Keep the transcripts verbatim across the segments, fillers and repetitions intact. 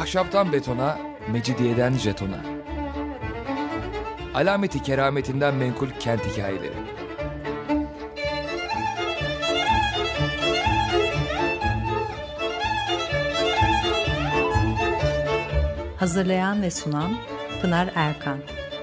Ahşaptan betona, mecidiyeden jetona. Alameti kerametinden menkul kent hikayeleri. Hazırlayan ve sunan Pınar Erkan.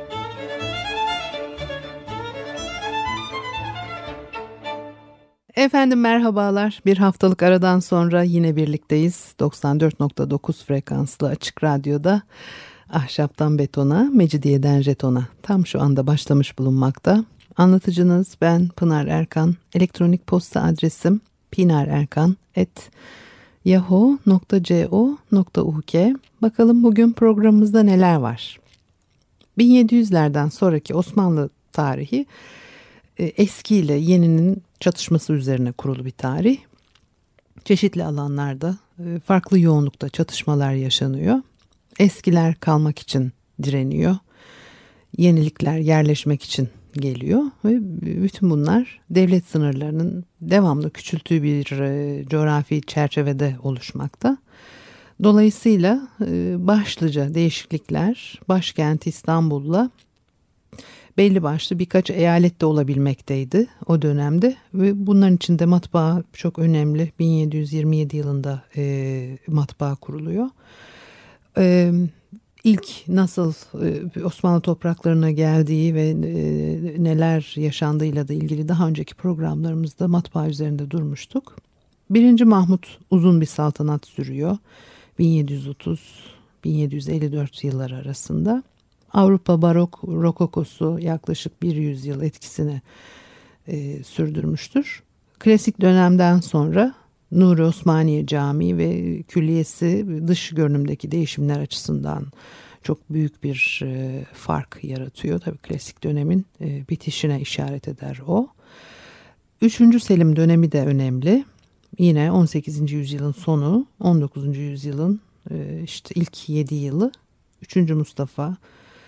Efendim merhabalar. Bir haftalık aradan sonra yine birlikteyiz. doksan dört nokta dokuz frekanslı Açık Radyo'da Ahşaptan Betona, Mecidiyeden Jeton'a tam şu anda başlamış bulunmakta. Anlatıcınız ben Pınar Erkan. Elektronik posta adresim pinarerkan at yahoo nokta co nokta uk. Bakalım bugün programımızda neler var? bin yedi yüzlerden sonraki Osmanlı tarihi eski ile yeninin çatışması üzerine kurulu bir tarih. Çeşitli alanlarda farklı yoğunlukta çatışmalar yaşanıyor. Eskiler kalmak için direniyor. Yenilikler yerleşmek için geliyor ve bütün bunlar devlet sınırlarının devamlı küçülttüğü bir coğrafi çerçevede oluşmakta. Dolayısıyla başlıca değişiklikler başkent İstanbul'la belli başlı birkaç eyalette olabilmekteydi o dönemde ve bunların içinde matbaa çok önemli. bin yedi yüz yirmi yedi yılında e, matbaa kuruluyor. E, ilk nasıl e, Osmanlı topraklarına geldiği ve e, neler yaşandığıyla da ilgili daha önceki programlarımızda matbaa üzerinde durmuştuk. Birinci Mahmut uzun bir saltanat sürüyor. bin yedi yüz otuz - bin yedi yüz elli dört yılları arasında. Avrupa Barok Rokokosu yaklaşık bir yüzyıl etkisini e, sürdürmüştür. Klasik dönemden sonra Nuri Osmaniye Camii ve külliyesi dış görünümdeki değişimler açısından çok büyük bir e, fark yaratıyor. Tabii klasik dönemin e, bitişine işaret eder o. Üçüncü Selim dönemi de önemli. Yine on sekizinci yüzyılın sonu, on dokuzuncu yüzyılın e, işte ilk yedi yılı. Üçüncü Mustafa,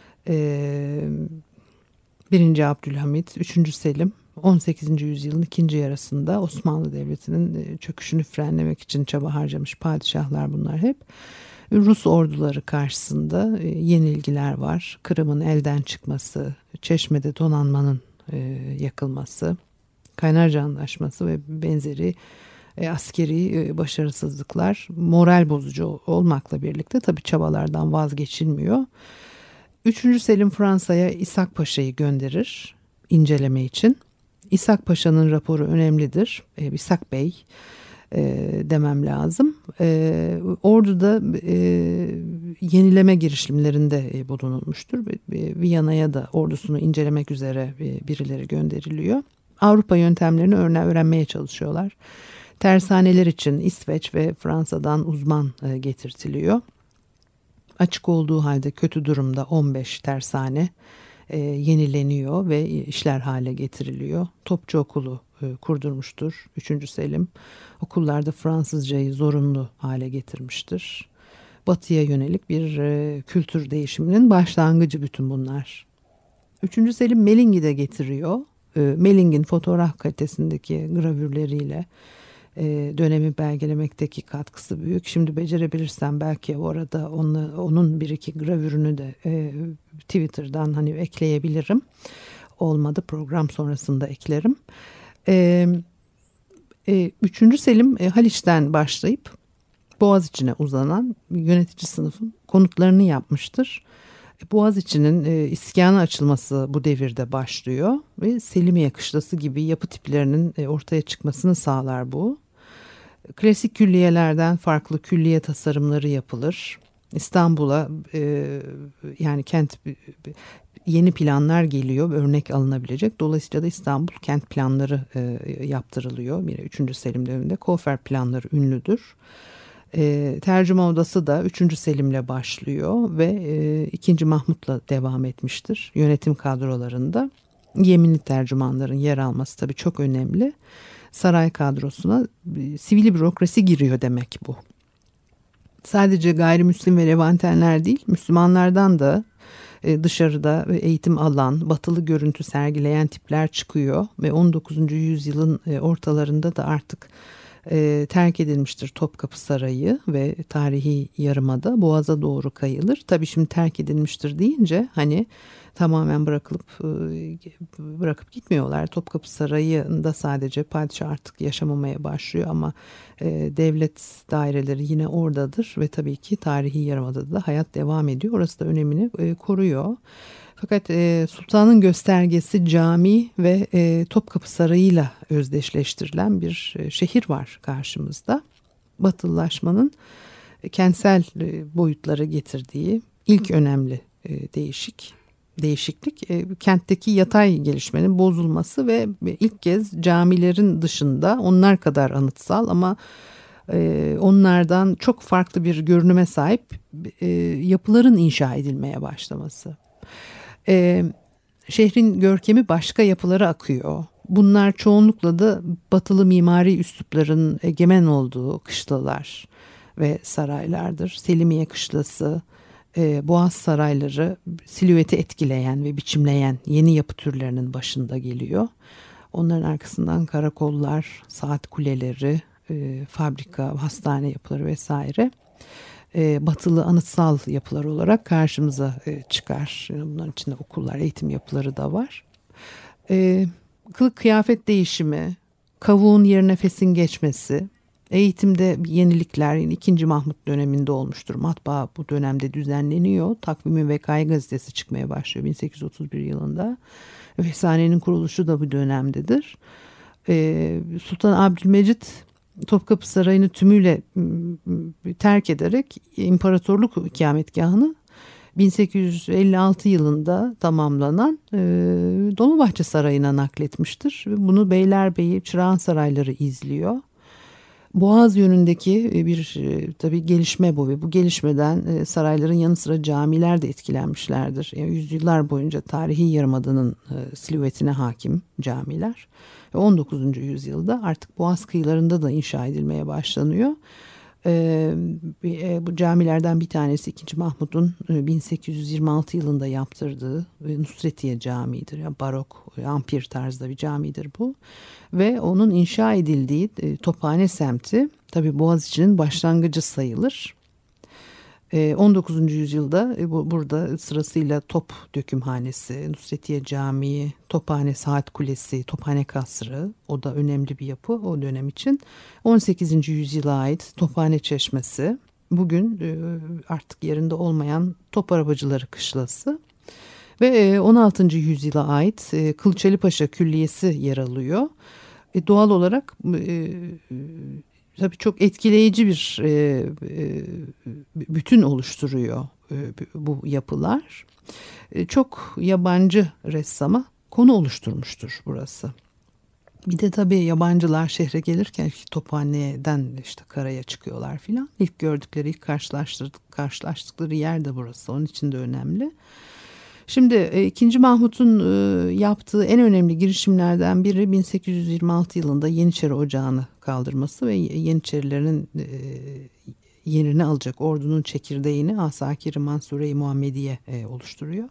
birinci Abdülhamit, üçüncü Selim on sekizinci yüzyılın ikinci yarısında Osmanlı Devleti'nin çöküşünü frenlemek için çaba harcamış padişahlar bunlar hep. Rus orduları karşısında yenilgiler var. Kırım'ın elden çıkması, Çeşme'de donanmanın yakılması, Kaynarca Antlaşması ve benzeri askeri başarısızlıklar moral bozucu olmakla birlikte tabii çabalardan vazgeçilmiyor. Üçüncü Selim Fransa'ya İshak Paşa'yı gönderir inceleme için. İshak Paşa'nın raporu önemlidir. E, İshak Bey e, demem lazım. E, orduda e, yenileme girişimlerinde e, bulunulmuştur. E, Viyana'ya da ordusunu incelemek üzere e, birileri gönderiliyor. Avrupa yöntemlerini öğrenmeye çalışıyorlar. Tersaneler için İsveç ve Fransa'dan uzman e, getirtiliyor. Açık olduğu halde kötü durumda on beş tersane e, yenileniyor ve işler hale getiriliyor. Topçu okulu e, kurdurmuştur üçüncü Selim. Okullarda Fransızcayı zorunlu hale getirmiştir. Batıya yönelik bir e, kültür değişiminin başlangıcı bütün bunlar. üçüncü Selim Melling'i de getiriyor. E, Melling'in fotoğraf kalitesindeki gravürleriyle dönemi belgelemekteki katkısı büyük. Şimdi becerebilirsem belki orada onu, onun bir iki gravürünü de e, Twitter'dan hani ekleyebilirim. Olmadı program sonrasında eklerim. E, e, Üçüncü Selim e, Haliç'ten başlayıp Boğaziçi'ne uzanan yönetici sınıfın konutlarını yapmıştır. Boğaziçi'nin e, iskana açılması bu devirde başlıyor ve Selimiye Kışlası gibi yapı tiplerinin e, ortaya çıkmasını sağlar bu. Klasik külliyelerden farklı külliye tasarımları yapılır. İstanbul'a e, yani kent yeni planlar geliyor, örnek alınabilecek. Dolayısıyla da İstanbul kent planları e, yaptırılıyor. Yine üçüncü Selim döneminde Kofer planları ünlüdür. E, tercüme odası da üçüncü Selim'le başlıyor ve e, ikinci Mahmut'la devam etmiştir. Yönetim kadrolarında yeminli tercümanların yer alması tabii çok önemli. Saray kadrosuna e, sivil bürokrasi giriyor demek bu. Sadece gayrimüslim ve Levantenler değil, Müslümanlardan da e, dışarıda eğitim alan, batılı görüntü sergileyen tipler çıkıyor ve on dokuzuncu yüzyılın e, ortalarında da artık e, terk edilmiştir Topkapı Sarayı ve tarihi yarımada Boğaz'a doğru kayılır. Tabii şimdi terk edilmiştir deyince hani tamamen bırakılıp e, bırakıp gitmiyorlar. Topkapı Sarayı'nda sadece padişah artık yaşamamaya başlıyor ama e, devlet daireleri yine oradadır ve tabii ki tarihi yarımada da hayat devam ediyor. Orası da önemini e, koruyor. Fakat e, sultanın göstergesi cami ve e, Topkapı Sarayı'yla özdeşleştirilen bir e, şehir var karşımızda. Batılılaşmanın e, kentsel e, boyutlara getirdiği ilk önemli e, değişik değişiklik e, kentteki yatay gelişmenin bozulması ve ilk kez camilerin dışında onlar kadar anıtsal ama e, onlardan çok farklı bir görünüme sahip e, yapıların inşa edilmeye başlaması. Ee, şehrin görkemi başka yapılara akıyor. Bunlar çoğunlukla da batılı mimari üslupların egemen olduğu kışlalar ve saraylardır. Selimiye Kışlası, e, Boğaz sarayları silüeti etkileyen ve biçimleyen yeni yapı türlerinin başında geliyor. Onların arkasından karakollar, saat kuleleri, e, fabrika, hastane yapıları vesaire. Batılı anıtsal yapılar olarak karşımıza çıkar. Bunların içinde okullar, eğitim yapıları da var. Kılık kıyafet değişimi, kavuğun yerine fesin geçmesi, eğitimde yenilikler yani ikinci. Mahmut döneminde olmuştur. Matbaa bu dönemde düzenleniyor. Takvimi Vekayı gazetesi çıkmaya başlıyor bin sekiz yüz otuz bir yılında. Efsanenin kuruluşu da bu dönemdedir. Sultan Abdülmecit Topkapı Sarayı'nı tümüyle terk ederek imparatorluk ikametgahını bin sekiz yüz elli altı yılında tamamlanan e, Dolmabahçe Sarayı'na nakletmiştir. Bunu Beylerbeyi, Çırağan Sarayları izliyor. Boğaz yönündeki bir e, tabii gelişme bu ve bu gelişmeden e, sarayların yanı sıra camiler de etkilenmişlerdir. Yani yüzyıllar boyunca tarihi yarımadanın e, silüetine hakim camiler. on dokuzuncu yüzyılda artık Boğaz kıyılarında da inşa edilmeye başlanıyor. Ee, bu camilerden bir tanesi ikinci. Mahmut'un bin sekiz yüz yirmi altı yılında yaptırdığı Nusretiye Camii'dir. Yani barok, ampir tarzda bir camidir bu. Ve onun inşa edildiği Tophane semti tabii Boğaziçi'nin başlangıcı sayılır. on dokuzuncu yüzyılda burada sırasıyla Top Dökümhanesi, Nusretiye Camii, Tophane Saat Kulesi, Tophane Kasrı, o da önemli bir yapı o dönem için. on sekizinci yüzyıla ait Tophane Çeşmesi, bugün artık yerinde olmayan Top Arabacıları Kışlası ve on altıncı yüzyıla ait Kılıçeli Paşa Külliyesi yer alıyor. Doğal olarak tabii çok etkileyici bir e, e, bütün oluşturuyor e, bu yapılar. E, çok yabancı ressama konu oluşturmuştur burası. Bir de tabii yabancılar şehre gelirken Tophane'den işte karaya çıkıyorlar filan. İlk gördükleri, ilk karşılaştırdık, karşılaştıkları yer de burası. Onun için de önemli. Şimdi ikinci. Mahmut'un yaptığı en önemli girişimlerden biri bin sekiz yüz yirmi altı yılında Yeniçeri Ocağı'nı kaldırması ve Yeniçerilerin yerini alacak ordunun çekirdeğini Asakir-i Mansure-i Muhammediye oluşturuyor.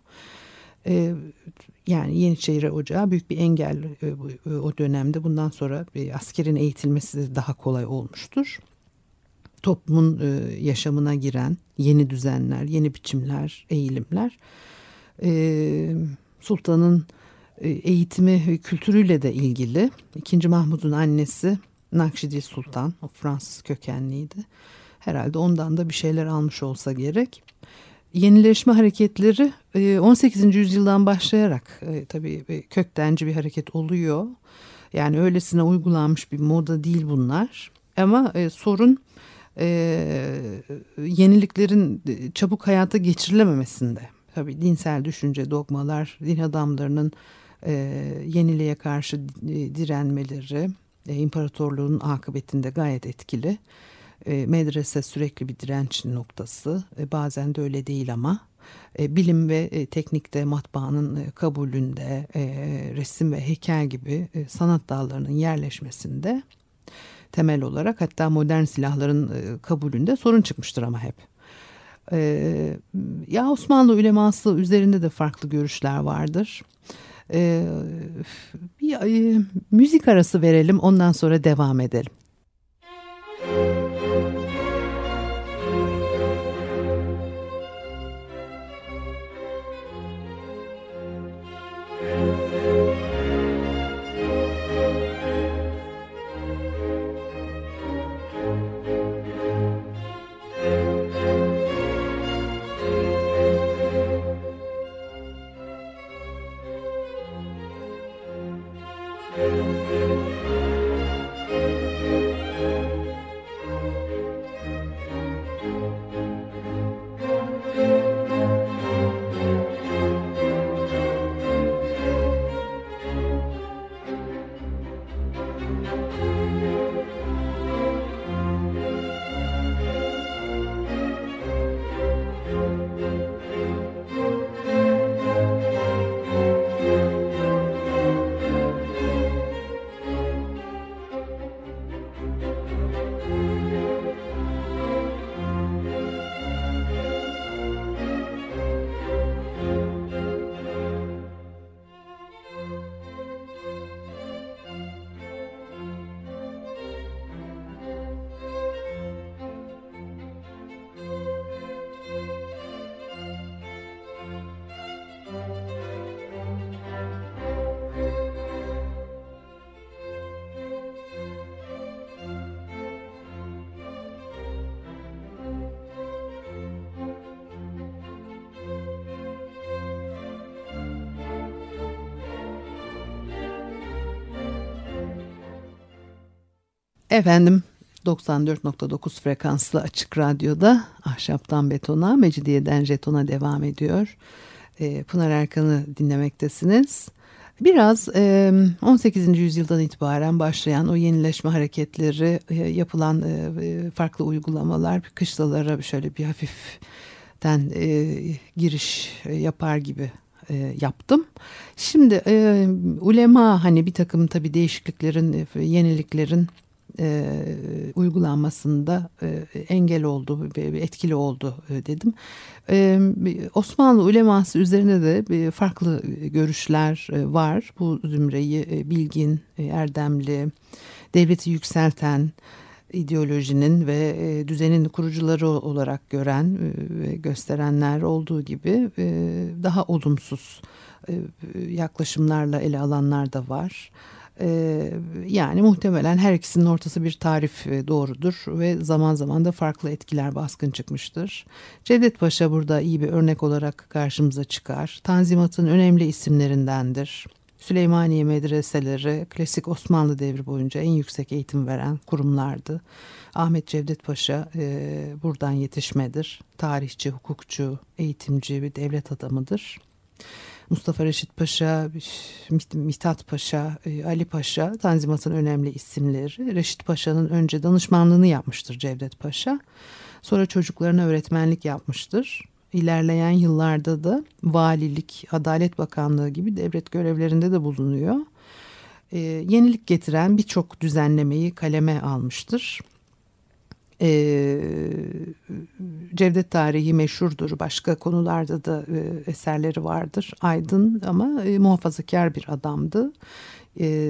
Yani Yeniçeri Ocağı büyük bir engel o dönemde. Bundan sonra askerin eğitilmesi daha kolay olmuştur. Toplumun yaşamına giren yeni düzenler, yeni biçimler, eğilimler Ee, Sultan'ın eğitimi ve kültürüyle de ilgili. ikinci. Mahmud'un annesi Nakşidi Sultan, o Fransız kökenliydi. Herhalde ondan da bir şeyler almış olsa gerek. Yenileşme hareketleri on sekizinci yüzyıldan başlayarak tabii köktenci bir hareket oluyor. Yani öylesine uygulanmış bir moda değil bunlar. Ama sorun yeniliklerin çabuk hayata geçirilememesinde. Tabii dinsel düşünce, dogmalar, din adamlarının e, yeniliğe karşı direnmeleri e, imparatorluğun akıbetinde gayet etkili. E, medrese sürekli bir direnç noktası, e, bazen de öyle değil ama e, bilim ve e, teknikte matbaanın e, kabulünde, e, resim ve heykel gibi e, sanat dallarının yerleşmesinde temel olarak hatta modern silahların e, kabulünde sorun çıkmıştır ama hep. Ee, ya Osmanlı uleması üzerinde de farklı görüşler vardır. Ee, bir e, müzik arası verelim, ondan sonra devam edelim. Efendim, doksan dört nokta dokuz frekanslı Açık Radyo'da Ahşaptan Betona, Mecidiyeden Jeton'a devam ediyor. E, Pınar Erkan'ı dinlemektesiniz. Biraz e, on sekizinci yüzyıldan itibaren başlayan o yenileşme hareketleri, e, yapılan e, farklı uygulamalar, kışlalara şöyle bir hafiften e, giriş e, yapar gibi e, yaptım. Şimdi e, ulema hani bir takım tabii değişikliklerin, e, yeniliklerin E, uygulanmasında e, engel oldu, etkili oldu e, dedim. E, Osmanlı uleması üzerine de e, farklı görüşler e, var. Bu zümreyi e, bilgin, e, erdemli, devleti yükselten, ideolojinin ve e, düzenin kurucuları olarak gören ve e, gösterenler olduğu gibi e, daha olumsuz e, yaklaşımlarla ele alanlar da var. Ee, yani muhtemelen her ikisinin ortası bir tarif doğrudur ve zaman zaman da farklı etkiler baskın çıkmıştır. Cevdet Paşa burada iyi bir örnek olarak karşımıza çıkar. Tanzimat'ın önemli isimlerindendir. Süleymaniye medreseleri klasik Osmanlı devri boyunca en yüksek eğitim veren kurumlardı. Ahmet Cevdet Paşa e, buradan yetişmedir. Tarihçi, hukukçu, eğitimci bir devlet adamıdır. Mustafa Reşit Paşa, Mithat Paşa, Ali Paşa Tanzimat'ın önemli isimleri. Reşit Paşa'nın önce danışmanlığını yapmıştır Cevdet Paşa. Sonra çocuklarına öğretmenlik yapmıştır. İlerleyen yıllarda da valilik, Adalet Bakanlığı gibi devlet görevlerinde de bulunuyor. Ee, yenilik getiren birçok düzenlemeyi kaleme almıştır. Ee, Cevdet tarihi meşhurdur. Başka konularda da e, eserleri vardır. Aydın ama e, muhafazakar bir adamdı. E,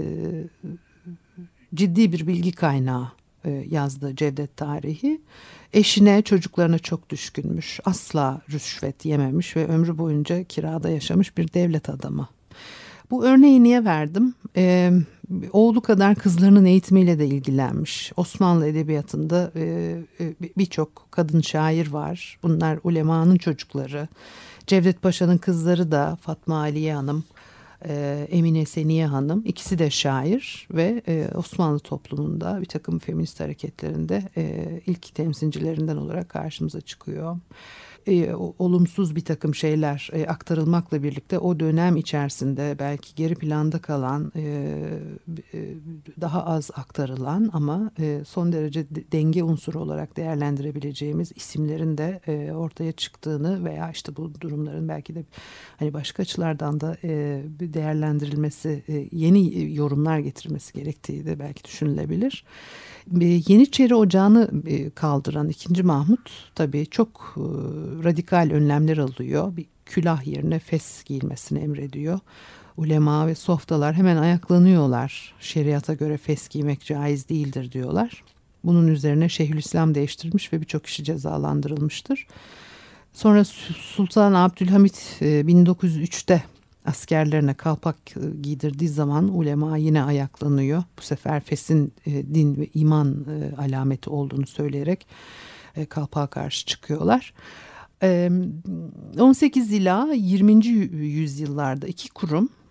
ciddi bir bilgi kaynağı e, yazdı Cevdet tarihi. Eşine, çocuklarına çok düşkünmüş. Asla rüşvet yememiş ve ömrü boyunca kirada yaşamış bir devlet adamı. Bu örneği niye verdim? Ee, oğlu kadar kızlarının eğitimiyle de ilgilenmiş. Osmanlı edebiyatında e, birçok kadın şair var. Bunlar ulemanın çocukları. Cevdet Paşa'nın kızları da Fatma Aliye Hanım, e, Emine Seniye Hanım. İkisi de şair ve e, Osmanlı toplumunda bir takım feminist hareketlerinde e, ilk temsilcilerinden olarak karşımıza çıkıyor. E, olumsuz bir takım şeyler e, aktarılmakla birlikte o dönem içerisinde belki geri planda kalan, e, e, daha az aktarılan ama e, son derece de, denge unsuru olarak değerlendirebileceğimiz isimlerin de e, ortaya çıktığını veya işte bu durumların belki de hani başka açılardan da e, değerlendirilmesi, e, yeni yorumlar getirmesi gerektiği de belki düşünülebilir. Yeniçeri Ocağı'nı kaldıran ikinci Mahmut tabii çok radikal önlemler alıyor. Bir külah yerine fes giyilmesini emrediyor. Ulema ve softalar hemen ayaklanıyorlar. Şeriata göre fes giymek caiz değildir diyorlar. Bunun üzerine Şeyhülislam değiştirilmiş ve birçok kişi cezalandırılmıştır. Sonra Sultan Abdülhamit bin dokuz yüz üçte askerlerine kalpak giydirdiği zaman ulema yine ayaklanıyor. Bu sefer fesin e, din ve iman e, alameti olduğunu söyleyerek e, kalpağa karşı çıkıyorlar. E, on sekiz ila yirminci yüzyıllarda iki kurum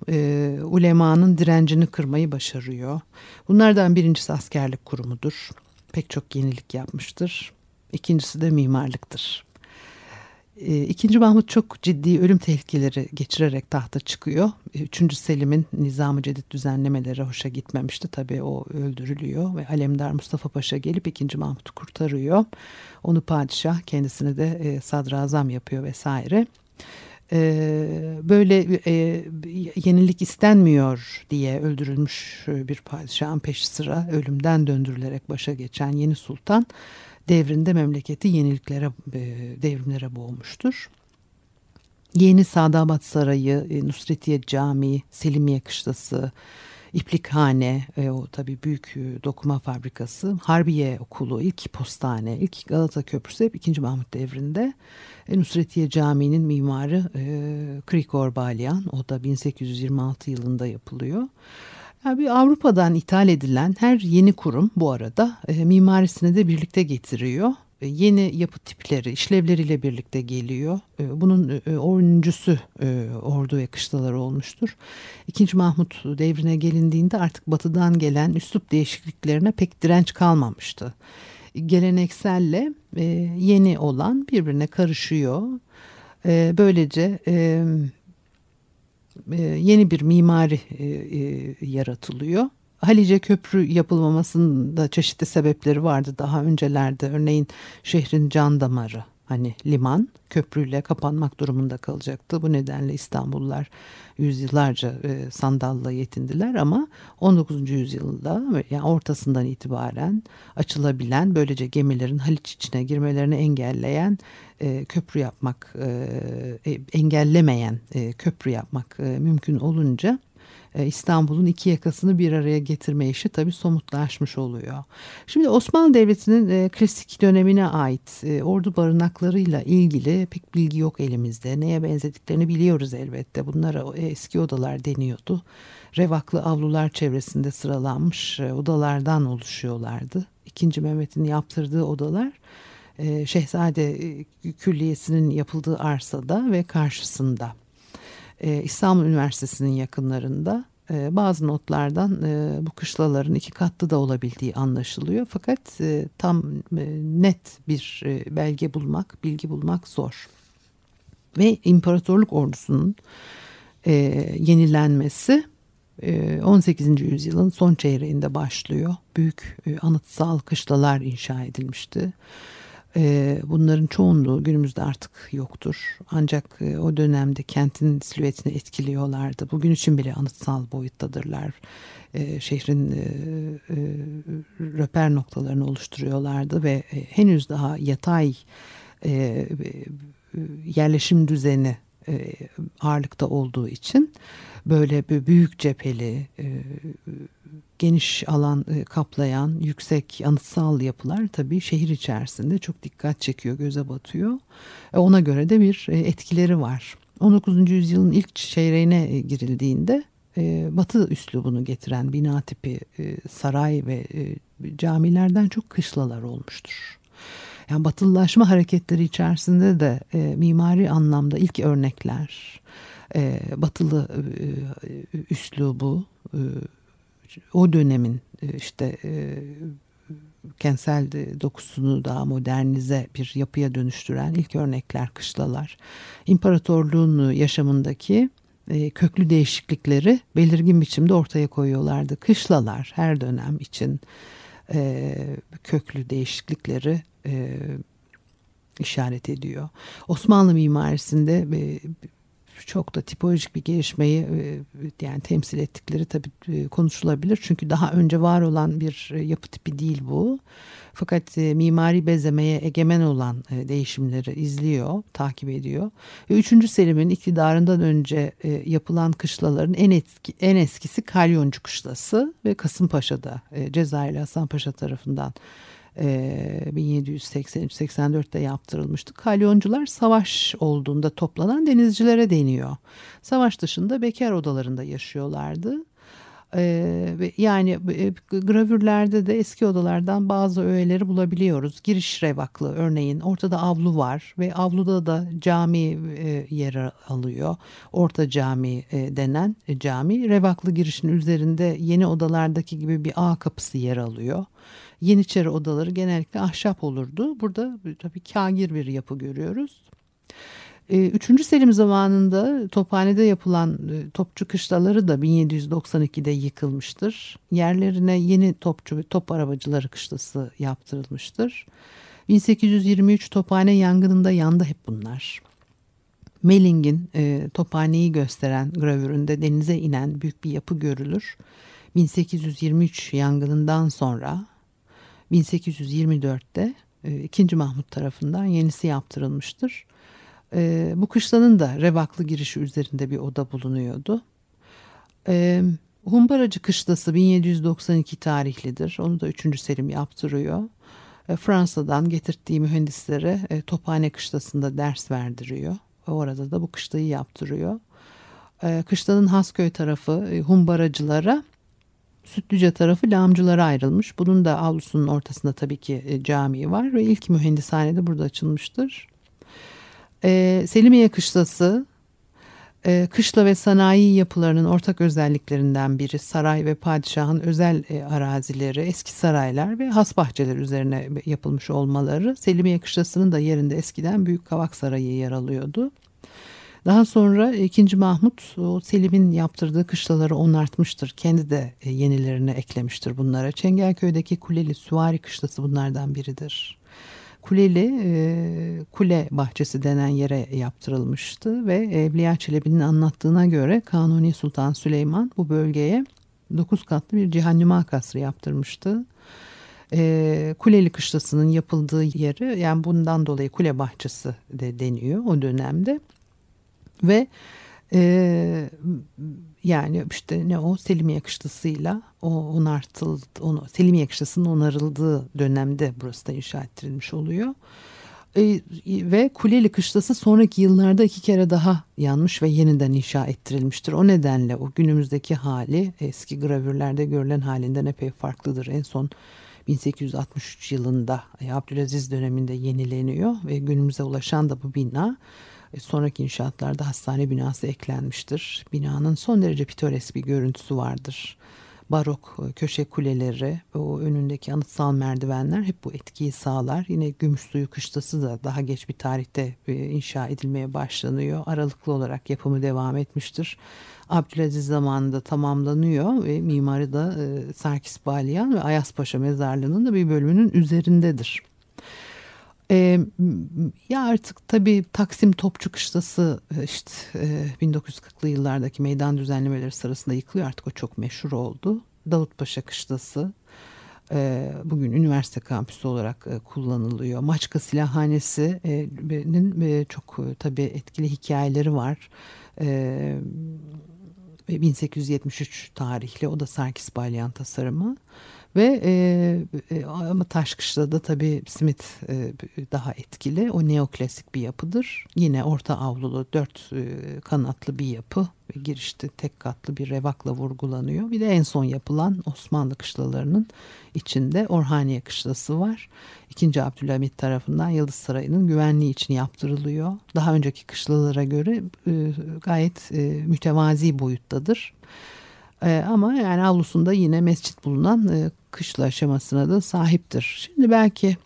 e, ulemanın direncini kırmayı başarıyor. Bunlardan birincisi askerlik kurumudur. Pek çok yenilik yapmıştır. İkincisi de mimarlıktır. İkinci Mahmut çok ciddi ölüm tehlikeleri geçirerek tahta çıkıyor. Üçüncü Selim'in Nizam-ı Cedid düzenlemeleri hoşa gitmemişti. Tabii o öldürülüyor ve Alemdar Mustafa Paşa gelip ikinci Mahmut'u kurtarıyor. Onu padişah, kendisini de sadrazam yapıyor vesaire. Böyle yenilik istenmiyor diye öldürülmüş bir padişahın peşi sıra ölümden döndürülerek başa geçen yeni sultan devrinde memleketi yeniliklere, devrimlere boğmuştur. Yeni Sadabat Sarayı, Nusretiye Camii, Selimiye Kışlası, İplikhane, o tabii büyük dokuma fabrikası, Harbiye Okulu, ilk postane, ilk Galata Köprüsü hep ikinci Mahmut devrinde. Nusretiye Camii'nin mimarı Krikor Balyan, o da bin sekiz yüz yirmi altı yılında yapılıyor. Yani Avrupa'dan ithal edilen her yeni kurum bu arada e, mimarisini de birlikte getiriyor. E, yeni yapı tipleri, işlevleriyle birlikte geliyor. E, bunun e, öncüsü e, ordu ve kışlaları olmuştur. İkinci Mahmut devrine gelindiğinde artık batıdan gelen üslup değişikliklerine pek direnç kalmamıştı. Gelenekselle e, yeni olan birbirine karışıyor. E, böylece E, yeni bir mimari e, e, yaratılıyor. Halice Köprü yapılmamasının da çeşitli sebepleri vardı daha öncelerde. Örneğin şehrin can damarı, hani liman, köprüyle kapanmak durumunda kalacaktı. Bu nedenle İstanbullular yüzyıllarca e, sandalla yetindiler ama on dokuzuncu yüzyılda, yani ortasından itibaren açılabilen, böylece gemilerin Haliç içine girmelerini engelleyen e, köprü yapmak, e, engellemeyen e, köprü yapmak e, mümkün olunca İstanbul'un iki yakasını bir araya getirme işi tabii somutlaşmış oluyor. Şimdi Osmanlı Devleti'nin e, klasik dönemine ait e, ordu barınaklarıyla ilgili pek bilgi yok elimizde. Neye benzediklerini biliyoruz elbette. Bunlara eski odalar deniyordu. Revaklı avlular çevresinde sıralanmış e, odalardan oluşuyorlardı. İkinci Mehmet'in yaptırdığı odalar e, Şehzade e, Külliyesi'nin yapıldığı arsada ve karşısında. Ee, İstanbul Üniversitesi'nin yakınlarında e, bazı notlardan e, bu kışlaların iki katlı da olabildiği anlaşılıyor. Fakat e, tam e, net bir e, belge bulmak, bilgi bulmak zor. Ve İmparatorluk ordusunun e, yenilenmesi e, on sekizinci yüzyılın son çeyreğinde başlıyor. Büyük e, anıtsal kışlalar inşa edilmişti. Bunların çoğunluğu günümüzde artık yoktur. Ancak o dönemde kentin silüetini etkiliyorlardı. Bugün için bile anıtsal boyuttadırlar. Şehrin röper noktalarını oluşturuyorlardı ve henüz daha yatay yerleşim düzeni ağırlıkta olduğu için böyle büyük cepheli, geniş alan kaplayan yüksek anıtsal yapılar tabii şehir içerisinde çok dikkat çekiyor, göze batıyor. Ona göre de bir etkileri var. on dokuzuncu yüzyılın ilk çeyreğine girildiğinde Batı üslubunu getiren bina tipi saray ve camilerden çok kışlalar olmuştur. Yani batılılaşma hareketleri içerisinde de e, mimari anlamda ilk örnekler, e, batılı e, üslubu, e, o dönemin e, işte e, kentsel dokusunu daha modernize bir yapıya dönüştüren ilk örnekler kışlalar. İmparatorluğun yaşamındaki e, köklü değişiklikleri belirgin biçimde ortaya koyuyorlardı. Kışlalar her dönem için e, köklü değişiklikleri E, işaret ediyor. Osmanlı mimarisinde e, çok da tipolojik bir gelişmeyi e, yani temsil ettikleri tabii e, konuşulabilir. Çünkü daha önce var olan bir e, yapı tipi değil bu. Fakat e, mimari bezemeye egemen olan e, değişimleri izliyor, takip ediyor. Ve üçüncü Selim'in iktidarından önce e, yapılan kışlaların en eski en eskisi Kalyoncu Kışlası ve Kasımpaşa'da e, Cezayirli Hasan Paşa tarafından bin yedi yüz seksen üç seksen dörtte yaptırılmıştı. Kalyoncular savaş olduğunda toplanan denizcilere deniyor. Savaş dışında bekar odalarında yaşıyorlardı. Ee, ve yani e, gravürlerde de eski odalardan bazı öğeleri bulabiliyoruz. Giriş revaklı örneğin, ortada avlu var ve avluda da cami e, yer alıyor. Orta cami e, denen e, cami, revaklı girişin üzerinde yeni odalardaki gibi bir ağ kapısı yer alıyor. Yeniçeri odaları genellikle ahşap olurdu. Burada tabii kagir bir yapı görüyoruz. Üçüncü Selim zamanında Tophane'de yapılan topçu kışlaları da bin yedi yüz doksan ikide yıkılmıştır. Yerlerine yeni topçu ve top arabacıları kışlası yaptırılmıştır. bin sekiz yüz yirmi üç Tophane yangınında yandı hep bunlar. Melling'in e, Tophane'yi gösteren gravüründe denize inen büyük bir yapı görülür. bin sekiz yüz yirmi üç yangınından sonra bin sekiz yüz yirmi dörtte e, ikinci. Mahmut tarafından yenisi yaptırılmıştır. E, bu kışlanın da revaklı girişi üzerinde bir oda bulunuyordu. E, Humbaracı Kışlası bin yedi yüz doksan iki tarihlidir. Onu da üçüncü. Selim yaptırıyor. E, Fransa'dan getirdiği mühendislere e, Tophane Kışlası'nda ders verdiriyor. Orada da bu kışlayı yaptırıyor. E, kışlanın Hasköy tarafı e, Humbaracılara, Sütlüce tarafı lağımcılara ayrılmış. Bunun da avlusunun ortasında tabii ki e, camii var ve ilk mühendishane de burada açılmıştır. E, Selimiye Kışlası, e, kışla ve sanayi yapılarının ortak özelliklerinden biri. Saray ve padişahın özel e, arazileri, eski saraylar ve has bahçeler üzerine yapılmış olmaları. Selimiye Kışlası'nın da yerinde eskiden Büyük Kavak Sarayı yer alıyordu. Daha sonra ikinci. Mahmut o Selim'in yaptırdığı kışlaları onartmıştır. Kendi de e, yenilerini eklemiştir bunlara. Çengelköy'deki Kuleli Süvari Kışlası bunlardan biridir. Kuleli e, Kule Bahçesi denen yere yaptırılmıştı ve Evliya Çelebi'nin anlattığına göre Kanuni Sultan Süleyman bu bölgeye dokuz katlı bir cihannüma kasrı yaptırmıştı. E, Kuleli Kışlası'nın yapıldığı yeri, yani bundan dolayı Kule Bahçesi de deniyor o dönemde. Ve e, yani işte ne o Selimiye Kışlası'yla o onartıldı, onu, Selimiye Kışlası'nın onarıldığı dönemde burası da inşa ettirilmiş oluyor. E, ve Kuleli Kışlası sonraki yıllarda iki kere daha yanmış ve yeniden inşa ettirilmiştir. O nedenle o günümüzdeki hali eski gravürlerde görülen halinden epey farklıdır. En son bin sekiz yüz altmış üç yılında Abdülaziz döneminde yenileniyor ve günümüze ulaşan da bu bina. Sonraki inşaatlarda hastane binası eklenmiştir. Binanın son derece pitoresk bir görüntüsü vardır. Barok köşe kuleleri ve o önündeki anıtsal merdivenler hep bu etkiyi sağlar. Yine Gümüşsuyu Kışlası da daha geç bir tarihte inşa edilmeye başlanıyor. Aralıklı olarak yapımı devam etmiştir. Abdülaziz zamanında tamamlanıyor ve mimarı da Sarkis Balyan ve Ayaspaşa Mezarlığı'nın da bir bölümünün üzerindedir. Ee, ya artık tabii Taksim Topçu Kışlası işte e, bin dokuz yüz kırklı yıllardaki meydan düzenlemeleri sırasında yıkılıyor. Artık o çok meşhur oldu. Davutpaşa Kışlası e, bugün üniversite kampüsü olarak e, kullanılıyor. Maçka Silahhanesi'nin e, çok e, tabii etkili hikayeleri var. E, bin sekiz yüz yetmiş üç tarihli, o da Sarkis Balyan tasarımı. Ve e, ama Taşkışla'da tabii simit e, daha etkili. O neoklasik bir yapıdır. Yine orta avlulu dört e, kanatlı bir yapı. Ve girişte tek katlı bir revakla vurgulanıyor. Bir de en son yapılan Osmanlı kışlalarının içinde Orhaniye Kışlası var. İkinci Abdülhamit tarafından Yıldız Sarayı'nın güvenliği için yaptırılıyor. Daha önceki kışlalara göre e, gayet e, mütevazi boyuttadır. Ee, ama yani avlusunda yine mescit bulunan e, kışla aşamasına da sahiptir. Şimdi belki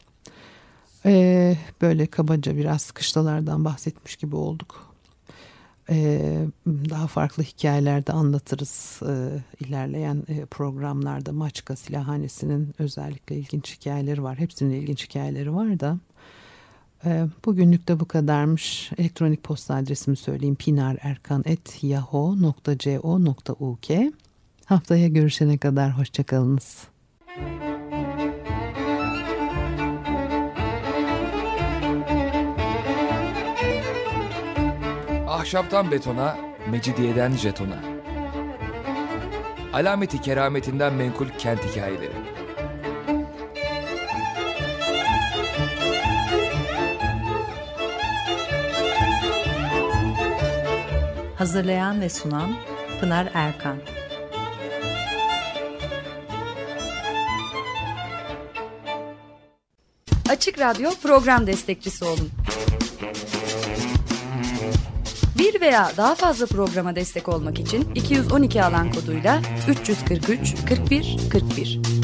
e, böyle kabaca biraz kışlalardan bahsetmiş gibi olduk. E, daha farklı hikayelerde anlatırız e, ilerleyen e, programlarda. Maçka Silahhanesi'nin özellikle ilginç hikayeleri var. Hepsinin ilginç hikayeleri var da. E, bugünlük de bu kadarmış. Elektronik posta adresimi söyleyeyim: pinarerkan at yahoo nokta co nokta uk. Haftaya görüşene kadar hoşçakalınız. Ahşaptan betona, mecidiyeden jetona. Alameti kerametinden menkul kent hikayeleri. Hazırlayan ve sunan Pınar Erkan. Açık Radyo program destekçisi olun. Bir veya daha fazla programa destek olmak için iki yüz on iki alan koduyla üç yüz kırk üç kırk bir kırk bir.